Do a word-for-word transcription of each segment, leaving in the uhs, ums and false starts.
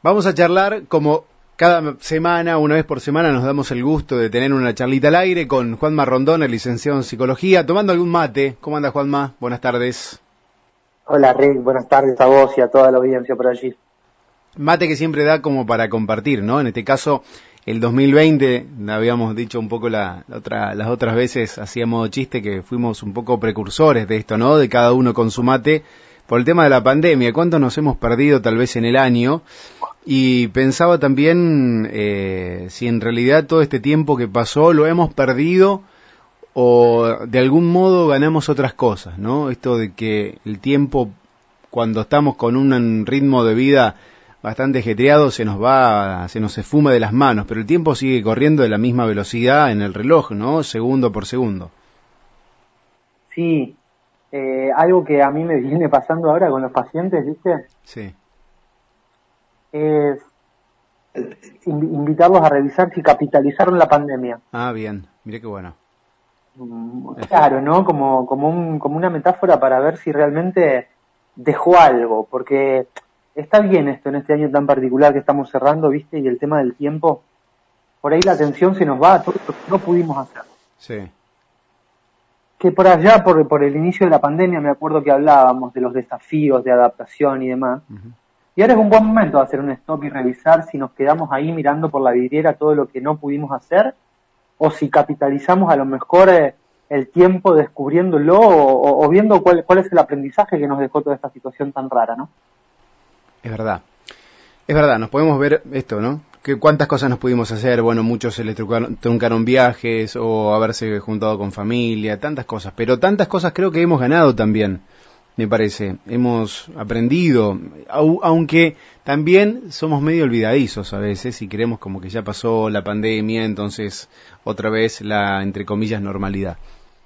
Vamos a charlar como cada semana, una vez por semana, nos damos el gusto de tener una charlita al aire con Juanma Rondón, el licenciado en Psicología, tomando algún mate. ¿Cómo anda, Juanma? Buenas tardes. Hola, Rick. Buenas tardes a vos y a toda la audiencia por allí. Mate que siempre da como para compartir, ¿no? En este caso, el dos mil veinte, habíamos dicho un poco la, la otra, las otras veces, hacíamos chiste que fuimos un poco precursores de esto, ¿no? De cada uno con su mate, por el tema de la pandemia. ¿Cuánto nos hemos perdido tal vez en el año? Y pensaba también eh, si en realidad todo este tiempo que pasó lo hemos perdido o de algún modo ganamos otras cosas, ¿no? Esto de que el tiempo, cuando estamos con un ritmo de vida bastante ajetreado, se nos va, se nos esfuma de las manos, pero el tiempo sigue corriendo de la misma velocidad en el reloj, ¿no? Segundo por segundo. Sí, eh, algo que a mí me viene pasando ahora con los pacientes, ¿viste? Sí. Es invitarlos a revisar si capitalizaron la pandemia. Ah, bien, mire qué bueno. Claro, ¿no? Como, como, un, como una metáfora para ver si realmente dejó algo, porque está bien esto en este año tan particular que estamos cerrando, ¿viste? Y el tema del tiempo, por ahí la atención se nos va a todo lo que no pudimos hacer. Sí. Que por allá, por, por el inicio de la pandemia, me acuerdo que hablábamos de los desafíos de adaptación y demás. Uh-huh. Y ahora es un buen momento de hacer un stop y revisar si nos quedamos ahí mirando por la vidriera todo lo que no pudimos hacer, o si capitalizamos a lo mejor eh, el tiempo descubriéndolo o, o viendo cuál, cuál es el aprendizaje que nos dejó toda esta situación tan rara, ¿no? Es verdad, es verdad, nos podemos ver esto, ¿no? Que cuántas cosas nos pudimos hacer, bueno, muchos se les truncaron, truncaron viajes o haberse juntado con familia, tantas cosas, pero tantas cosas creo que hemos ganado también, me parece, hemos aprendido, au, aunque también somos medio olvidadizos a veces y creemos como que ya pasó la pandemia, entonces otra vez la, entre comillas, normalidad.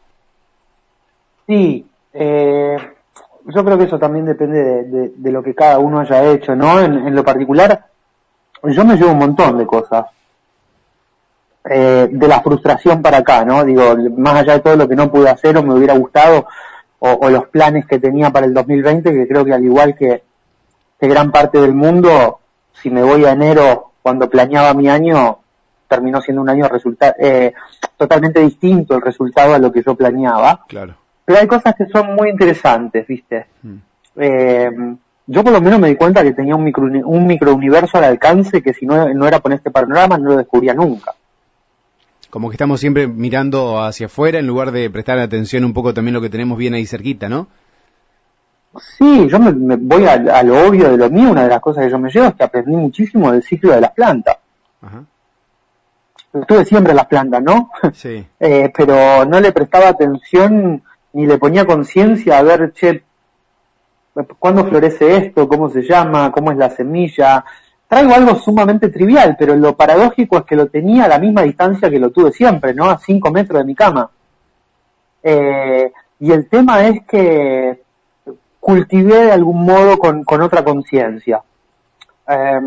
Sí, eh... yo creo que eso también depende de, de, de lo que cada uno haya hecho, ¿no? En, en lo particular, yo me llevo un montón de cosas. Eh, de la frustración para acá, ¿no? Digo, más allá de todo lo que no pude hacer o me hubiera gustado, o, o los planes que tenía para el dos mil veinte, que creo que al igual que, que gran parte del mundo, si me voy a enero, cuando planeaba mi año, terminó siendo un año resulta- eh, totalmente distinto el resultado a lo que yo planeaba. Claro. Pero hay cosas que son muy interesantes, ¿viste? Mm. Eh, yo por lo menos me di cuenta que tenía un micro, un microuniverso al alcance que si no, no era por este panorama no lo descubría nunca. Como que estamos siempre mirando hacia afuera en lugar de prestar atención un poco también lo que tenemos bien ahí cerquita, ¿no? Sí, yo me, me voy a, a lo obvio de lo mío. Una de las cosas que yo me llevo es que aprendí muchísimo del ciclo de las plantas. Ajá. Estuve siempre en las plantas, ¿no? Sí. eh, pero no le prestaba atención ni le ponía conciencia a ver, che, ¿cuándo florece esto? ¿Cómo se llama? ¿Cómo es la semilla? Traigo algo sumamente trivial, pero lo paradójico es que lo tenía a la misma distancia que lo tuve siempre, ¿no? A cinco metros de mi cama. Eh, y el tema es que cultivé de algún modo con, con otra conciencia. Eh,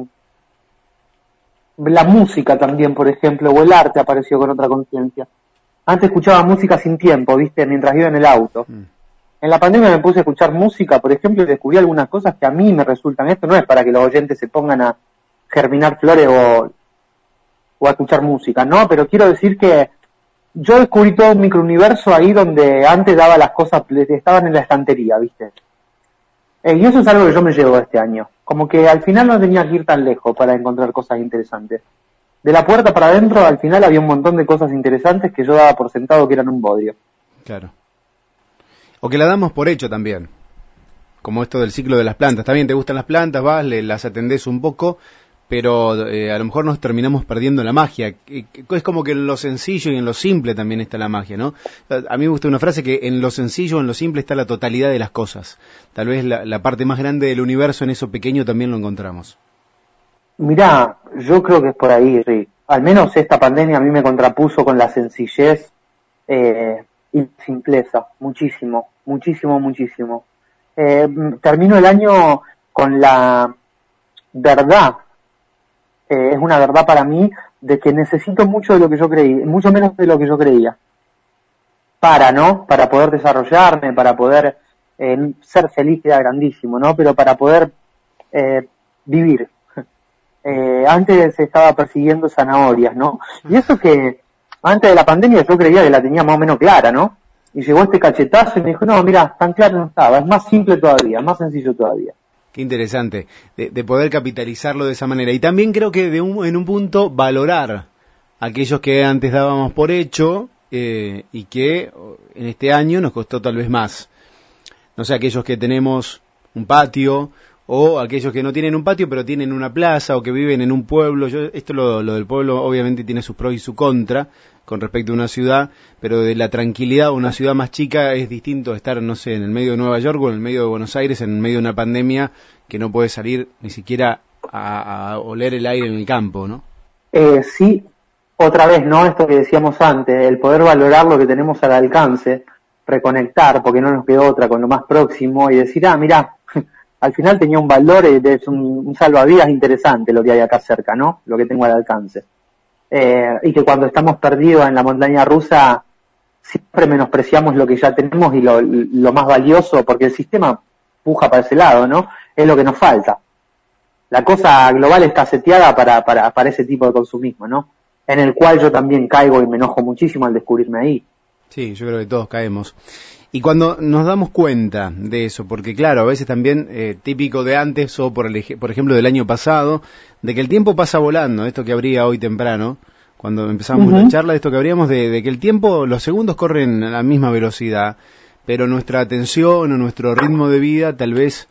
la música también, por ejemplo, o el arte apareció con otra conciencia. Antes escuchaba música sin tiempo, ¿viste? Mientras iba en el auto. Mm. En la pandemia me puse a escuchar música, por ejemplo, y descubrí algunas cosas que a mí me resultan. Esto no es para que los oyentes se pongan a germinar flores o, o a escuchar música, ¿no? Pero quiero decir que yo descubrí todo un microuniverso ahí donde antes daba las cosas, estaban en la estantería, ¿viste? Eh, y eso es algo que yo me llevo de este año. Como que al final no tenía que ir tan lejos para encontrar cosas interesantes. De la puerta para adentro, al final había un montón de cosas interesantes que yo daba por sentado que eran un bodrio. Claro. O que la damos por hecho también, como esto del ciclo de las plantas. También te gustan las plantas, vas, le, las atendés un poco, pero eh, a lo mejor nos terminamos perdiendo la magia. Es como que en lo sencillo y en lo simple también está la magia, ¿no? A mí me gusta una frase que en lo sencillo, en lo simple está la totalidad de las cosas. Tal vez la, la parte más grande del universo en eso pequeño también lo encontramos. Mirá, yo creo que es por ahí, Rick. Al menos esta pandemia a mí me contrapuso con la sencillez eh, y simpleza, muchísimo, muchísimo, muchísimo. Eh, termino el año con la verdad, eh, es una verdad para mí, de que necesito mucho de lo que yo creí, mucho menos de lo que yo creía. Para, ¿no? Para poder desarrollarme, para poder eh, ser feliz, queda grandísimo, ¿no? Pero para poder eh, vivir. Eh, antes se estaba persiguiendo zanahorias, ¿no? Y eso que antes de la pandemia yo creía que la tenía más o menos clara, ¿no? Y llegó este cachetazo y me dijo, no, mira, tan claro no estaba, es más simple todavía, más sencillo todavía. Qué interesante, de, de poder capitalizarlo de esa manera. Y también creo que de un, en un punto valorar a aquellos que antes dábamos por hecho eh, y que en este año nos costó tal vez más. No sé, aquellos que tenemos un patio o aquellos que no tienen un patio pero tienen una plaza o que viven en un pueblo. Yo esto lo, lo del pueblo obviamente tiene sus pros y su contra con respecto a una ciudad, pero de la tranquilidad, una ciudad más chica es distinto estar, no sé, en el medio de Nueva York o en el medio de Buenos Aires, en el medio de una pandemia que no puede salir ni siquiera a, a oler el aire en el campo, ¿no? Eh, sí, otra vez, ¿no? Esto que decíamos antes, el poder valorar lo que tenemos al alcance, reconectar, porque no nos quedó otra con lo más próximo y decir, ah, mirá, al final tenía un valor, es un, un salvavidas interesante lo que hay acá cerca, ¿no? Lo que tengo al alcance. Eh, y que cuando estamos perdidos en la montaña rusa siempre menospreciamos lo que ya tenemos y lo, lo más valioso, porque el sistema puja para ese lado, ¿no? Es lo que nos falta. La cosa global está seteada para, para, para ese tipo de consumismo, ¿no? En el cual yo también caigo y me enojo muchísimo al descubrirme ahí. Sí, yo creo que todos caemos. Y cuando nos damos cuenta de eso, porque claro, a veces también eh, típico de antes o por, el, por ejemplo del año pasado, de que el tiempo pasa volando, esto que habría hoy temprano, cuando empezamos uh-huh. la charla, esto que habríamos de, de que el tiempo, los segundos corren a la misma velocidad, pero nuestra atención o nuestro ritmo de vida tal vez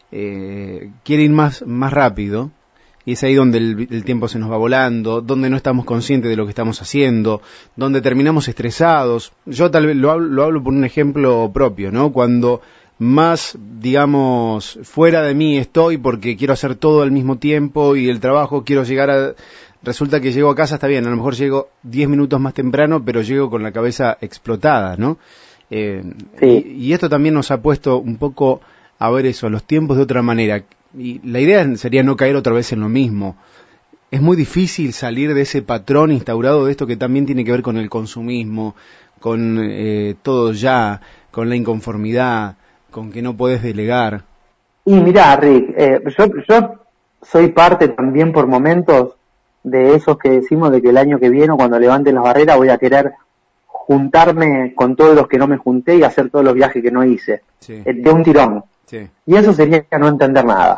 eh, quiere ir más, más rápido. Y es ahí donde el, el tiempo se nos va volando, donde no estamos conscientes de lo que estamos haciendo, donde terminamos estresados. Yo tal vez lo hablo, lo hablo por un ejemplo propio, ¿no? Cuando más, digamos, fuera de mí estoy porque quiero hacer todo al mismo tiempo y el trabajo quiero llegar a... Resulta que llego a casa, está bien, a lo mejor llego diez minutos más temprano, pero llego con la cabeza explotada, ¿no? Eh, sí. y, y esto también nos ha puesto un poco a ver eso, los tiempos de otra manera. Y la idea sería no caer otra vez en lo mismo. Es muy difícil salir de ese patrón instaurado de esto que también tiene que ver con el consumismo, con eh, todo ya, con la inconformidad, con que no podés delegar. Y mirá, Rick, eh, yo, yo soy parte también por momentos de esos que decimos de que el año que viene, cuando levanten las barreras, voy a querer juntarme con todos los que no me junté y hacer todos los viajes que no hice, sí. eh, de un tirón. Sí. Y eso sería no entender nada.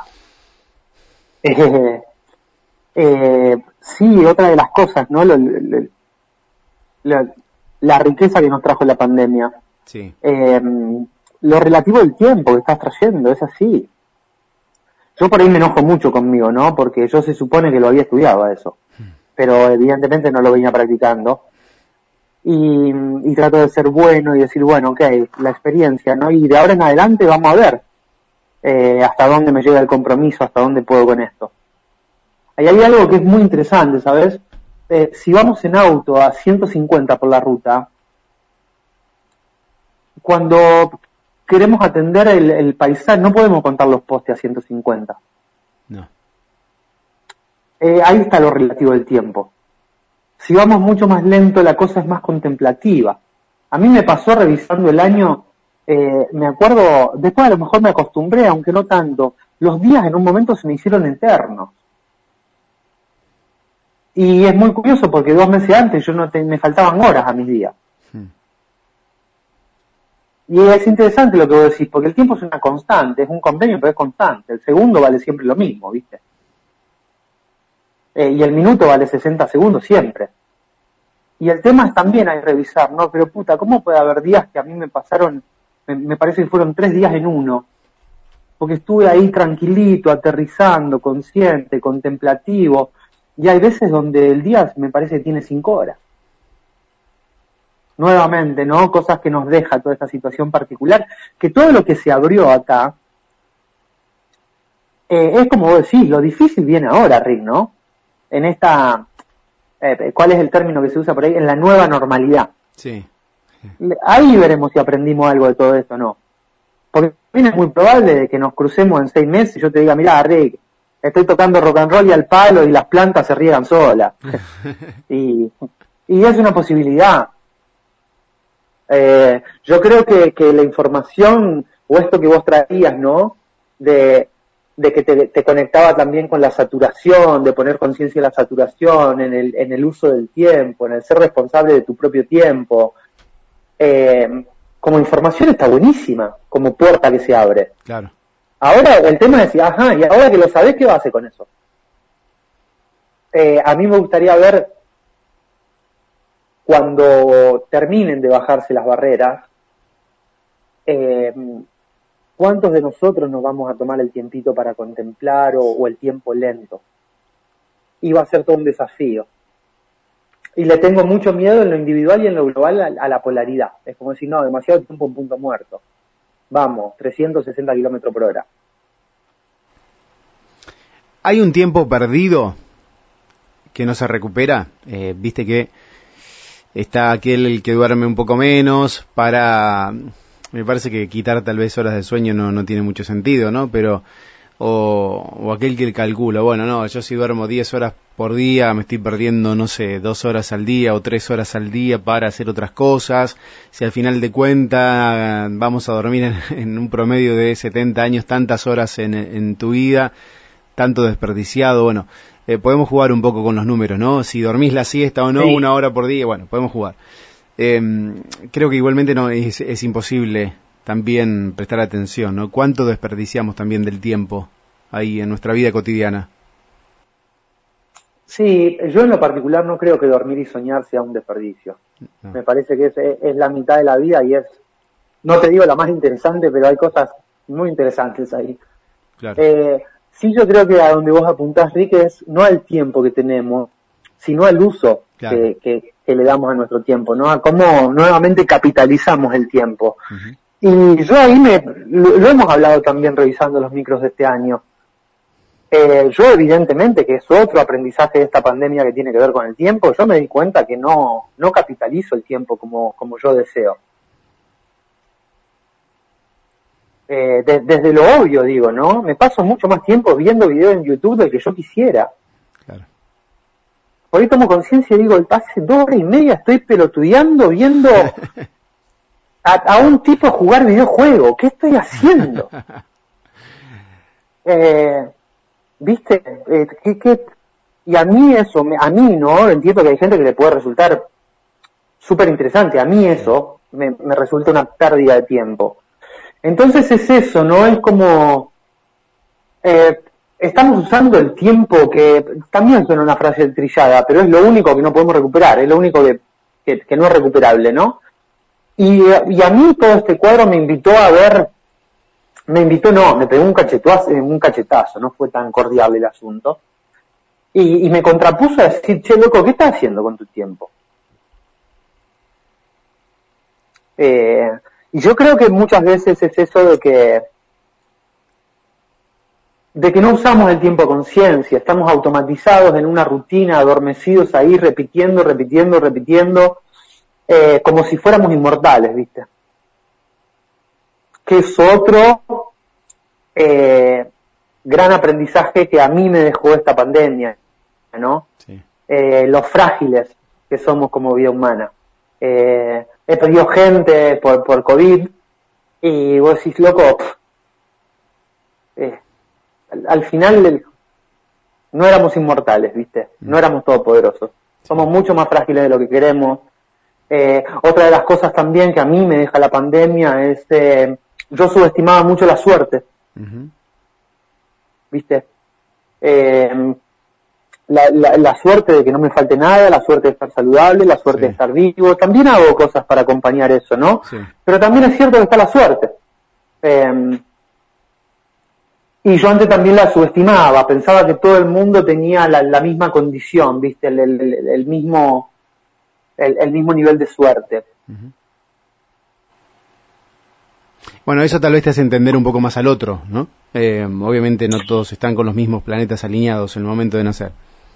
Eh, eh, sí, otra de las cosas, ¿no? Lo, lo, lo, la riqueza que nos trajo la pandemia. Sí. Eh, lo relativo al tiempo que estás trayendo, es así. Yo por ahí me enojo mucho conmigo, ¿no? Porque yo se supone que lo había estudiado a eso. Pero evidentemente no lo venía practicando. Y, y trato de ser bueno y decir, bueno, ok, la experiencia, ¿no? Y de ahora en adelante vamos a ver. Eh, hasta dónde me llega el compromiso, hasta dónde puedo con esto. Ahí hay algo que es muy interesante, ¿sabes? Eh, si vamos en auto a ciento cincuenta por la ruta, cuando queremos atender el, el paisaje, no podemos contar los postes a ciento cincuenta. No. Eh, ahí está lo relativo del tiempo. Si vamos mucho más lento, la cosa es más contemplativa. A mí me pasó revisando el año... Eh, me acuerdo, después a lo mejor me acostumbré, aunque no tanto, los días en un momento se me hicieron eternos. Y es muy curioso porque dos meses antes yo no te, me faltaban horas a mis días. Hmm. Y es interesante lo que vos decís, porque el tiempo es una constante, es un convenio, pero es constante. El segundo vale siempre lo mismo, ¿viste? Eh, y el minuto vale sesenta segundos siempre. Y el tema es también hay que revisar, ¿no? Pero puta, ¿cómo puede haber días que a mí me pasaron... me parece que fueron tres días en uno, porque estuve ahí tranquilito, aterrizando, consciente, contemplativo, y hay veces donde el día me parece que tiene cinco horas. Nuevamente, ¿no? Cosas que nos deja toda esta situación particular, que todo lo que se abrió acá, eh, es como vos decís, lo difícil viene ahora, Rick, ¿no? En esta, eh, ¿cuál es el término que se usa por ahí? En la nueva normalidad. Sí. Ahí veremos si aprendimos algo de todo esto o no. Porque es muy probable que nos crucemos en seis meses y yo te diga, mirá, Rick, estoy tocando rock and roll y al palo y las plantas se riegan solas. y, y es una posibilidad. Eh, yo creo que, que la información, o esto que vos traías, ¿no? De de que te, te conectaba también con la saturación, de poner conciencia en la saturación, en el, en el uso del tiempo, en el ser responsable de tu propio tiempo. Eh, como información está buenísima, como puerta que se abre. Claro. Ahora el tema es, ajá, y ahora que lo sabés, ¿qué vas a hacer con eso? Eh, a mí me gustaría ver, cuando terminen de bajarse las barreras, eh, ¿cuántos de nosotros nos vamos a tomar el tiempito para contemplar o, o el tiempo lento? Y va a ser todo un desafío. Y le tengo mucho miedo en lo individual y en lo global a, a la polaridad. Es como decir, no, demasiado tiempo en punto muerto. Vamos, trescientos sesenta kilómetros por hora. ¿Hay un tiempo perdido que no se recupera? Eh, Viste que está aquel el que duerme un poco menos para... Me parece que quitar tal vez horas de sueño no, no tiene mucho sentido, ¿no? Pero... O, o aquel que calcula, bueno, no, yo si duermo diez horas por día, me estoy perdiendo, no sé, dos horas al día o tres horas al día para hacer otras cosas. Si al final de cuentas vamos a dormir en, en un promedio de setenta años, tantas horas en, en tu vida, tanto desperdiciado, bueno, eh, podemos jugar un poco con los números, ¿no? Si dormís la siesta o no, sí. Una hora por día, bueno, podemos jugar. Eh, creo que igualmente no es, es imposible también prestar atención, ¿no? ¿Cuánto desperdiciamos también del tiempo ahí en nuestra vida cotidiana? Sí, yo en lo particular no creo que dormir y soñar sea un desperdicio. No. Me parece que es, es la mitad de la vida y es, no te digo la más interesante, pero hay cosas muy interesantes ahí. Claro. Eh, sí, yo creo que a donde vos apuntás, Rick, es no al tiempo que tenemos, sino al uso claro. que, que, que le damos a nuestro tiempo, ¿no? A cómo nuevamente capitalizamos el tiempo. Uh-huh. Y yo ahí me, lo, lo hemos hablado también revisando los micros de este año. Eh, yo evidentemente, que es otro aprendizaje de esta pandemia que tiene que ver con el tiempo, yo me di cuenta que no, no capitalizo el tiempo como, como yo deseo. Eh, de, desde lo obvio digo, ¿no? Me paso mucho más tiempo viendo videos en YouTube del que yo quisiera. Claro. Por ahí tomo conciencia y digo, el pase dos horas y media estoy pelotudeando viendo a, a un tipo jugar videojuegos. ¿Qué estoy haciendo? eh, ¿Viste? Eh, ¿qué, qué? Y a mí eso, a mí no, entiendo que hay gente que le puede resultar súper interesante. A mí eso me, me resulta una pérdida de tiempo. Entonces es eso, ¿no? Es como... Eh, estamos usando el tiempo que... También suena una frase trillada, pero es lo único que no podemos recuperar, es lo único que, que, que no es recuperable, ¿no? Y, y a mí todo este cuadro me invitó a ver... Me invitó, no, me pegó un cachetazo, un cachetazo, no fue tan cordial el asunto. Y, y me contrapuso a decir, che, loco, ¿qué estás haciendo con tu tiempo? Eh... Y yo creo que muchas veces es eso de que de que no usamos el tiempo a conciencia, estamos automatizados en una rutina, adormecidos ahí, repitiendo, repitiendo, repitiendo, eh, como si fuéramos inmortales, ¿viste? Que es otro eh, gran aprendizaje que a mí me dejó esta pandemia, ¿no? Sí. Eh, los frágiles que somos como vida humana. Eh, he perdido gente por, por COVID y vos decís, loco, pff, eh, al, al final el, no éramos inmortales, ¿viste? No éramos todopoderosos. Somos mucho más frágiles de lo que queremos. Eh, otra de las cosas también que a mí me deja la pandemia es, eh, yo subestimaba mucho la suerte. Uh-huh. ¿Viste? Eh, La, la, la suerte de que no me falte nada, la suerte de estar saludable, la suerte sí. de estar vivo. También hago cosas para acompañar eso, ¿no? Sí. Pero también es cierto que está la suerte. Eh, y yo antes también la subestimaba, pensaba que todo el mundo tenía la, la misma condición, ¿viste? El, el, el, el mismo el, el mismo nivel de suerte. Uh-huh. Bueno, eso tal vez te hace entender un poco más al otro, ¿no? Eh, obviamente no todos están con los mismos planetas alineados en el momento de nacer.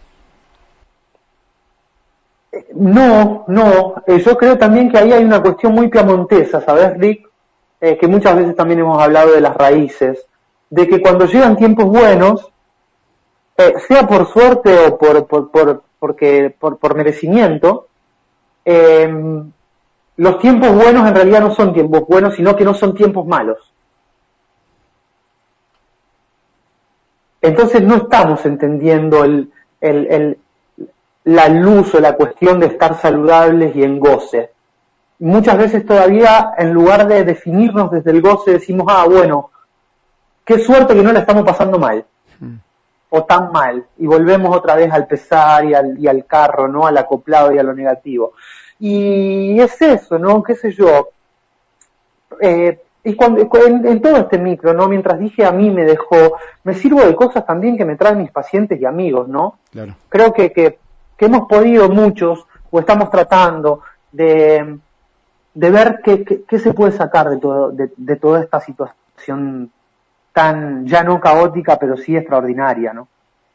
No, no, eh, yo creo también que ahí hay una cuestión muy piamontesa, ¿sabes, Rick? Eh, que muchas veces también hemos hablado de las raíces, de que cuando llegan tiempos buenos, eh, sea por suerte o por por por porque por, por merecimiento, eh, los tiempos buenos en realidad no son tiempos buenos, sino que no son tiempos malos. Entonces no estamos entendiendo el, el, el, la luz o la cuestión de estar saludables y en goce. Muchas veces todavía, en lugar de definirnos desde el goce, decimos, ah, bueno, qué suerte que no la estamos pasando mal, mm. o tan mal, y volvemos otra vez al pesar y al, y al carro, ¿no? Al acoplado y a lo negativo. Y es eso, ¿no? Qué sé yo. Eh, y cuando, en, en todo este micro, ¿no? Mientras dije a mí me dejó, me sirvo de cosas también que me traen mis pacientes y amigos, ¿no? Claro. Creo que, que, que hemos podido muchos, o estamos tratando de, de ver qué, qué, qué se puede sacar de todo, de, de toda esta situación tan, ya no caótica, pero sí extraordinaria, ¿no?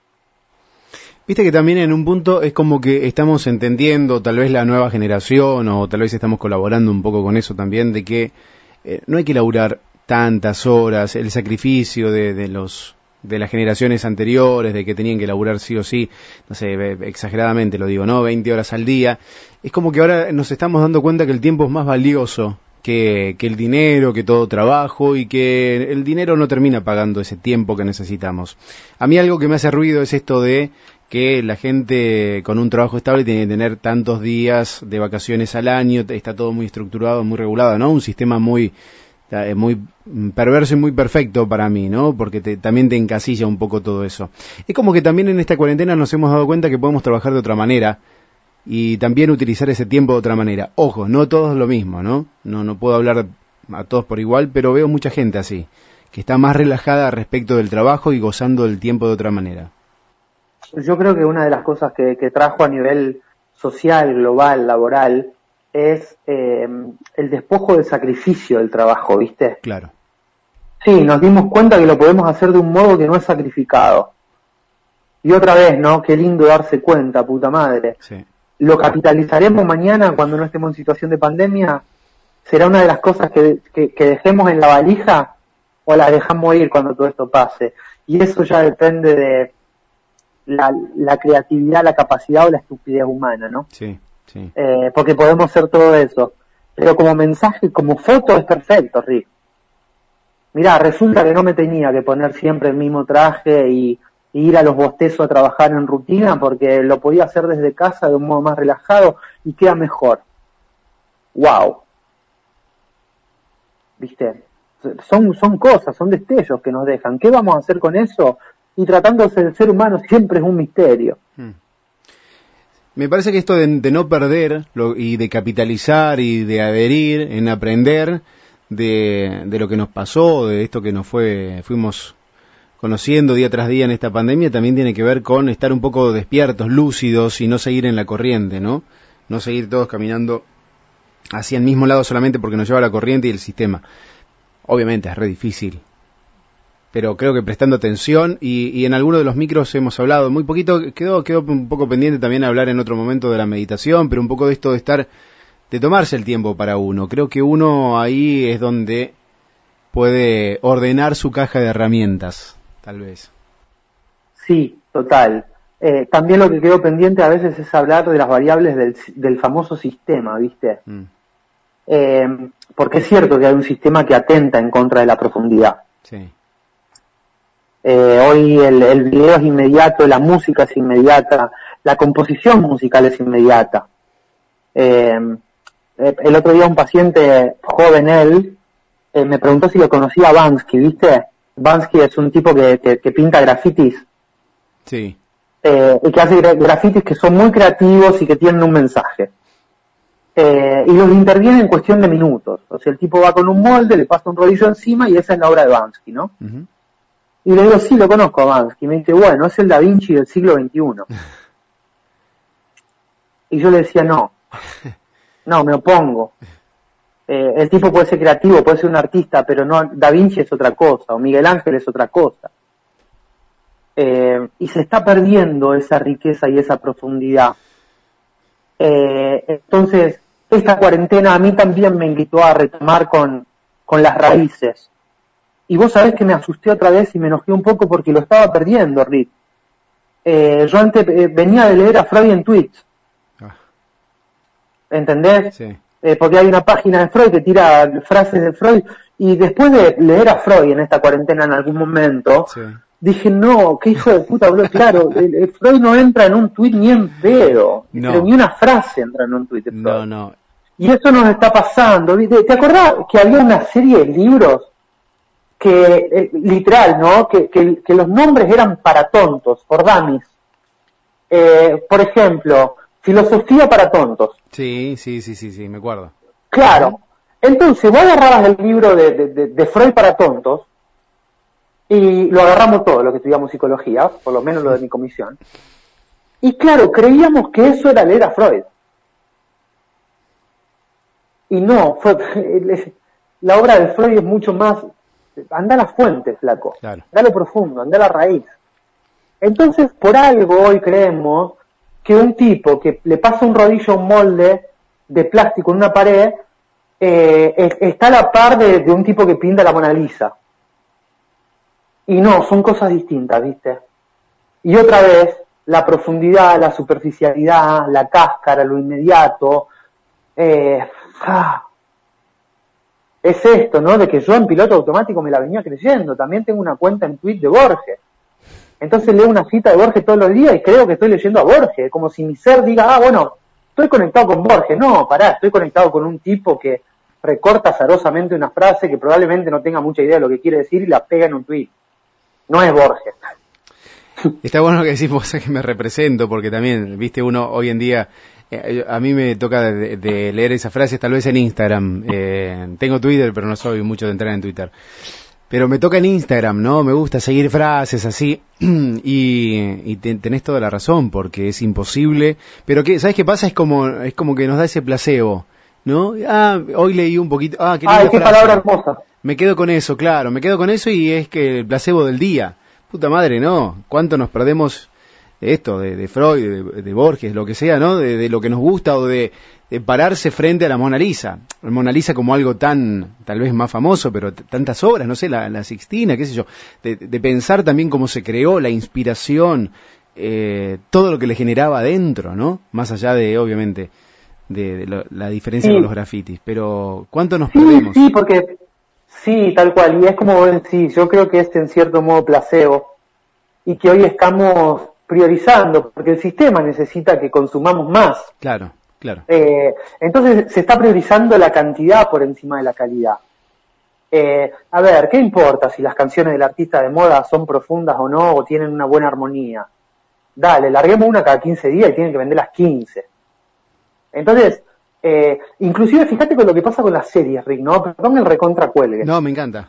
Viste que también en un punto es como que estamos entendiendo, tal vez la nueva generación, o tal vez estamos colaborando un poco con eso también, de que eh, no hay que laburar tantas horas, el sacrificio de, de los de las generaciones anteriores, de que tenían que laburar sí o sí, no sé, exageradamente lo digo, ¿no? veinte horas al día. Es como que ahora nos estamos dando cuenta que el tiempo es más valioso que, que el dinero, que todo trabajo, y que el dinero no termina pagando ese tiempo que necesitamos. A mí algo que me hace ruido es esto de que la gente con un trabajo estable tiene que tener tantos días de vacaciones al año, está todo muy estructurado, muy regulado, ¿no? Un sistema muy muy perverso y muy perfecto para mí, ¿no? Porque te, también te encasilla un poco todo eso. Es como que también en esta cuarentena nos hemos dado cuenta que podemos trabajar de otra manera y también utilizar ese tiempo de otra manera. Ojo, no todo es lo mismo, ¿no? No, no puedo hablar a todos por igual, pero veo mucha gente así, que está más relajada respecto del trabajo y gozando del tiempo de otra manera. Yo creo que una de las cosas que, que trajo a nivel social, global, laboral, es eh, el despojo del sacrificio del trabajo, ¿viste? Claro. Sí, nos dimos cuenta que lo podemos hacer de un modo que no es sacrificado. Y otra vez, ¿no? Qué lindo darse cuenta, puta madre. Sí. Lo capitalizaremos mañana cuando no estemos en situación de pandemia. ¿Será una de las cosas que, que, que dejemos en la valija o la dejamos ir cuando todo esto pase? Y eso ya depende de la, la creatividad, la capacidad o la estupidez humana, ¿no? Sí. Sí. Eh, porque podemos hacer todo eso, pero como mensaje, como foto es perfecto, Rick. Mirá, resulta que no me tenía que poner siempre el mismo traje y, y ir a los bostezos a trabajar en rutina, porque lo podía hacer desde casa de un modo más relajado y queda mejor. Wow. ¿Viste? Son, son cosas, son destellos que nos dejan. ¿Qué vamos a hacer con eso? Y tratándose del ser humano siempre es un misterio. Hmm. Me parece que esto de, de no perder lo, y de capitalizar y de adherir en aprender de, de lo que nos pasó, de esto que nos fue fuimos conociendo día tras día en esta pandemia, también tiene que ver con estar un poco despiertos, lúcidos y no seguir en la corriente, ¿no? No seguir todos caminando hacia el mismo lado solamente porque nos lleva la corriente y el sistema. Obviamente es re difícil, pero creo que prestando atención y, y en alguno de los micros hemos hablado muy poquito, quedó quedó un poco pendiente también hablar en otro momento de la meditación, pero un poco de esto de estar, de tomarse el tiempo para uno. Creo que uno ahí es donde puede ordenar su caja de herramientas, tal vez. Sí, total. Eh, también lo que quedó pendiente a veces es hablar de las variables del, del famoso sistema, ¿viste? Mm. Eh, porque es cierto que hay un sistema que atenta en contra de la profundidad. Sí. Eh, hoy el, el video es inmediato, la música es inmediata, la composición musical es inmediata. Eh, el otro día un paciente joven, él, eh, me preguntó si lo conocía a Bansky, ¿viste? Bansky es un tipo que, que, que pinta grafitis. Sí. Eh, y que hace grafitis que son muy creativos y que tienen un mensaje. Eh, y los interviene en cuestión de minutos. O sea, el tipo va con un molde, le pasa un rodillo encima y esa es la obra de Bansky, ¿no? Uh-huh. Y le digo, sí, lo conozco a Bansky. Y me dice, bueno, es el Da Vinci del siglo veintiuno. Y yo le decía, no, no, me opongo. Eh, el tipo puede ser creativo, puede ser un artista, pero no, Da Vinci es otra cosa, o Miguel Ángel es otra cosa. Eh, y se está perdiendo esa riqueza y esa profundidad. Eh, entonces, esta cuarentena a mí también me invitó a retomar con, con las raíces. Y vos sabés que me asusté otra vez y me enojé un poco porque lo estaba perdiendo, Rick. Eh, yo antes eh, venía de leer a Freud en tweets. Ah. ¿Entendés? Sí. Eh, porque hay una página de Freud que tira frases de Freud. Y después de leer a Freud en esta cuarentena en algún momento, sí. dije, no, qué hijo de puta, boludo, claro, el, el Freud no entra en un tuit ni en pedo, no. pero ni una frase entra en un tuit de Freud. No, no. Y eso nos está pasando, ¿viste? ¿Te acordás que había una serie de libros que, eh, literal, ¿no? Que, que, que los nombres eran para tontos, for dummies. Eh, por ejemplo, Filosofía para tontos. Sí, sí, sí, sí, sí, me acuerdo. Claro. Entonces, vos agarrabas el libro de, de, de, de Freud para tontos, y lo agarramos todo, lo que estudiamos psicología, por lo menos lo de mi comisión. Y claro, creíamos que eso era leer a Freud. Y no, fue, la obra de Freud es mucho más, anda a la fuente, flaco, claro. Anda a lo profundo, anda a la raíz. Entonces, por algo hoy creemos que un tipo que le pasa un rodillo a un molde de plástico en una pared, eh, está a la par de, de un tipo que pinta la Mona Lisa. Y no, son cosas distintas, ¿viste? Y otra vez, la profundidad, la superficialidad, la cáscara, lo inmediato, eh, ah, es esto, ¿no? De que yo en piloto automático me la venía creyendo. También tengo una cuenta en Twitter de Borges. Entonces leo una cita de Borges todos los días y creo que estoy leyendo a Borges. Como si mi ser diga, ah, bueno, estoy conectado con Borges. No, pará, estoy conectado con un tipo que recorta azarosamente una frase que probablemente no tenga mucha idea de lo que quiere decir y la pega en un tweet. No es Borges. Está bueno que decís vos que me represento, porque también, viste, uno hoy en día, eh, a mí me toca de, de leer esas frases tal vez en Instagram. Eh, tengo Twitter, pero no soy mucho de entrar en Twitter. Pero me toca en Instagram, ¿no? Me gusta seguir frases así, y, y te, tenés toda la razón, porque es imposible. Pero que, ¿sabes qué pasa? Es como, es como que nos da ese placebo, ¿no? Ah, hoy leí un poquito, ah, qué linda Ay, qué frase. palabra hermosa. Me quedo con eso, claro, me quedo con eso y es que el placebo del día. Puta madre, ¿no? ¿Cuánto nos perdemos de esto, de, de Freud, de, de Borges, lo que sea, ¿no? De, de lo que nos gusta o de, de pararse frente a la Mona Lisa. La Mona Lisa como algo tan, tal vez más famoso, pero t- tantas obras, no sé, la, la Sixtina, qué sé yo. De, de pensar también cómo se creó, la inspiración, eh, todo lo que le generaba adentro, ¿no? Más allá de, obviamente, de, de lo, la diferencia Sí. con los grafitis. Pero, ¿cuánto nos Sí, perdemos? sí, porque sí, tal cual, y es como vos decís, yo creo que es en cierto modo placebo, y que hoy estamos priorizando, porque el sistema necesita que consumamos más. Claro, claro. Eh, entonces se está priorizando la cantidad por encima de la calidad. Eh, a ver, ¿qué importa si las canciones del artista de moda son profundas o no, o tienen una buena armonía? Dale, larguemos una cada quince días y tienen que vender las quince. Entonces, eh, inclusive fíjate con lo que pasa con las series, Rick, ¿no? Perdón el recontra cuelgue. No, me encanta.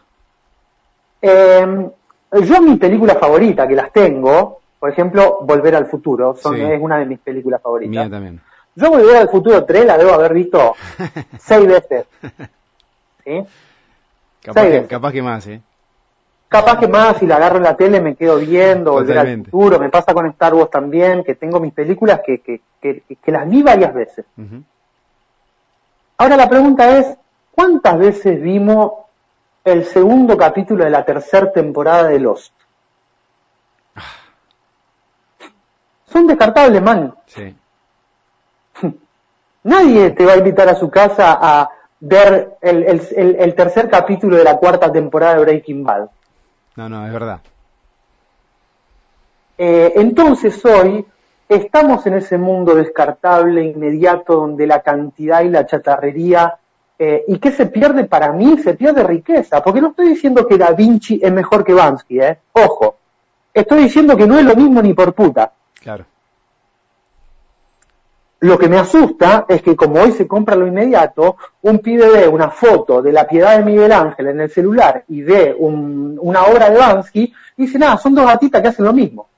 Eh, yo mi película favorita, que las tengo, por ejemplo, Volver al Futuro, son, Sí. es una de mis películas favoritas. Mía también. Yo Volver al Futuro tres la debo haber visto seis veces. ¿Sí? Capaz Seis que, veces. capaz que más, ¿eh? Capaz que más, si la agarro en la tele me quedo viendo, Volver al Totalmente. Futuro, me pasa con Star Wars también, que tengo mis películas que, que, que, que las vi varias veces. Uh-huh. Ahora la pregunta es, ¿cuántas veces vimos el segundo capítulo de la tercera temporada de Lost? Son descartables, man. Sí. Nadie te va a invitar a su casa a ver el, el, el, el tercer capítulo de la cuarta temporada de Breaking Bad. No, no, es verdad. Eh, entonces hoy estamos en ese mundo descartable, inmediato, donde la cantidad y la chatarrería, eh, y que se pierde para mí, se pierde riqueza, porque no estoy diciendo que Da Vinci es mejor que Bansky, eh, ojo, estoy diciendo que no es lo mismo ni por puta. Claro. Lo que me asusta es que como hoy se compra lo inmediato, un pibe ve una foto de la Piedad de Miguel Ángel en el celular y ve un, una obra de Bansky y dice, nada, son dos gatitas que hacen lo mismo.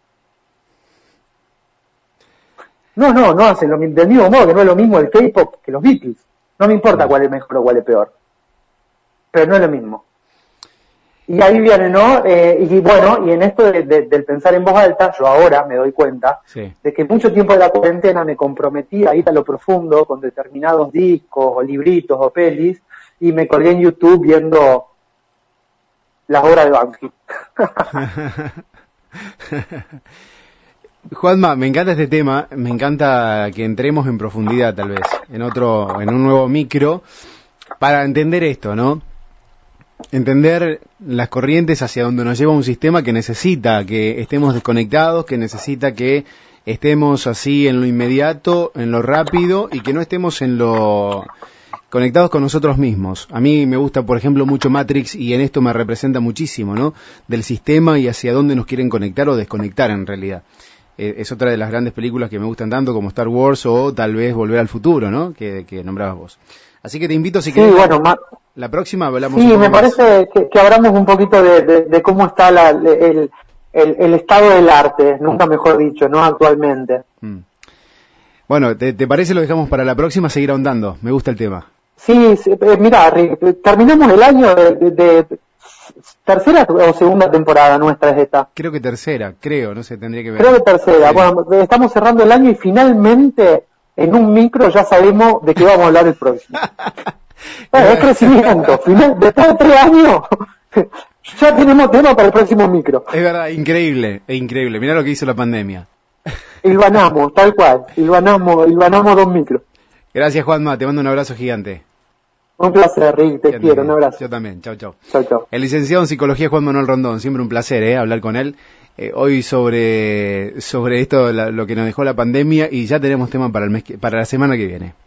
No, no, no hacen lo mismo, del mismo modo que no es lo mismo el K-pop que los Beatles. No me importa cuál es mejor o cuál es peor. Pero no es lo mismo. Y ahí viene, ¿no? Eh, y bueno, y en esto de, de, del pensar en voz alta, yo ahora me doy cuenta Sí. de que mucho tiempo de la cuarentena me comprometí a ir a lo profundo con determinados discos o libritos o pelis y me colgué en YouTube viendo las obras de Bansky. Juanma, me encanta este tema, me encanta que entremos en profundidad tal vez, en otro, en un nuevo micro, para entender esto, ¿no? entender las corrientes hacia donde nos lleva un sistema que necesita que estemos desconectados, que necesita que estemos así en lo inmediato, en lo rápido y que no estemos en lo conectados con nosotros mismos. A mí me gusta, por ejemplo, mucho Matrix y en esto me representa muchísimo, ¿no? Del sistema y hacia dónde nos quieren conectar o desconectar en realidad. Eh, es otra de las grandes películas que me gustan tanto como Star Wars o tal vez Volver al Futuro, ¿no? Que, que nombrabas vos. Así que te invito si sí, querés. Bueno, ma- la próxima hablamos Sí, un poco me más. parece que, que hablamos un poquito de, de, de cómo está la, el, el, el estado del arte, nunca mejor dicho, ¿no? Actualmente. Mm. Bueno, ¿te, ¿te parece lo dejamos para la próxima? Seguir ahondando. Me gusta el tema. Sí, sí eh, mira, Rick, terminamos el año de, de, de tercera o segunda temporada nuestra es esta. Creo que tercera, creo, no sé, tendría que ver. Creo que tercera. Sí. Bueno, estamos cerrando el año y finalmente en un micro ya sabemos de qué vamos a hablar el próximo. Bueno, es crecimiento. Final, después de tres años ya tenemos tema para el próximo micro. Es verdad, increíble, es increíble. Mirá lo que hizo la pandemia. Hilvanamos, tal cual. Hilvanamos, hilvanamos dos micros. Gracias, Juanma, te mando un abrazo gigante. Un placer, Rick, te quiero, un abrazo. Yo también, chau, chau. Chau, chau. El licenciado en Psicología Juan Manuel Rondón, siempre un placer, ¿eh? Hablar con él. Eh, hoy sobre, sobre esto, la, lo que nos dejó la pandemia y ya tenemos tema para el mes que, para la semana que viene.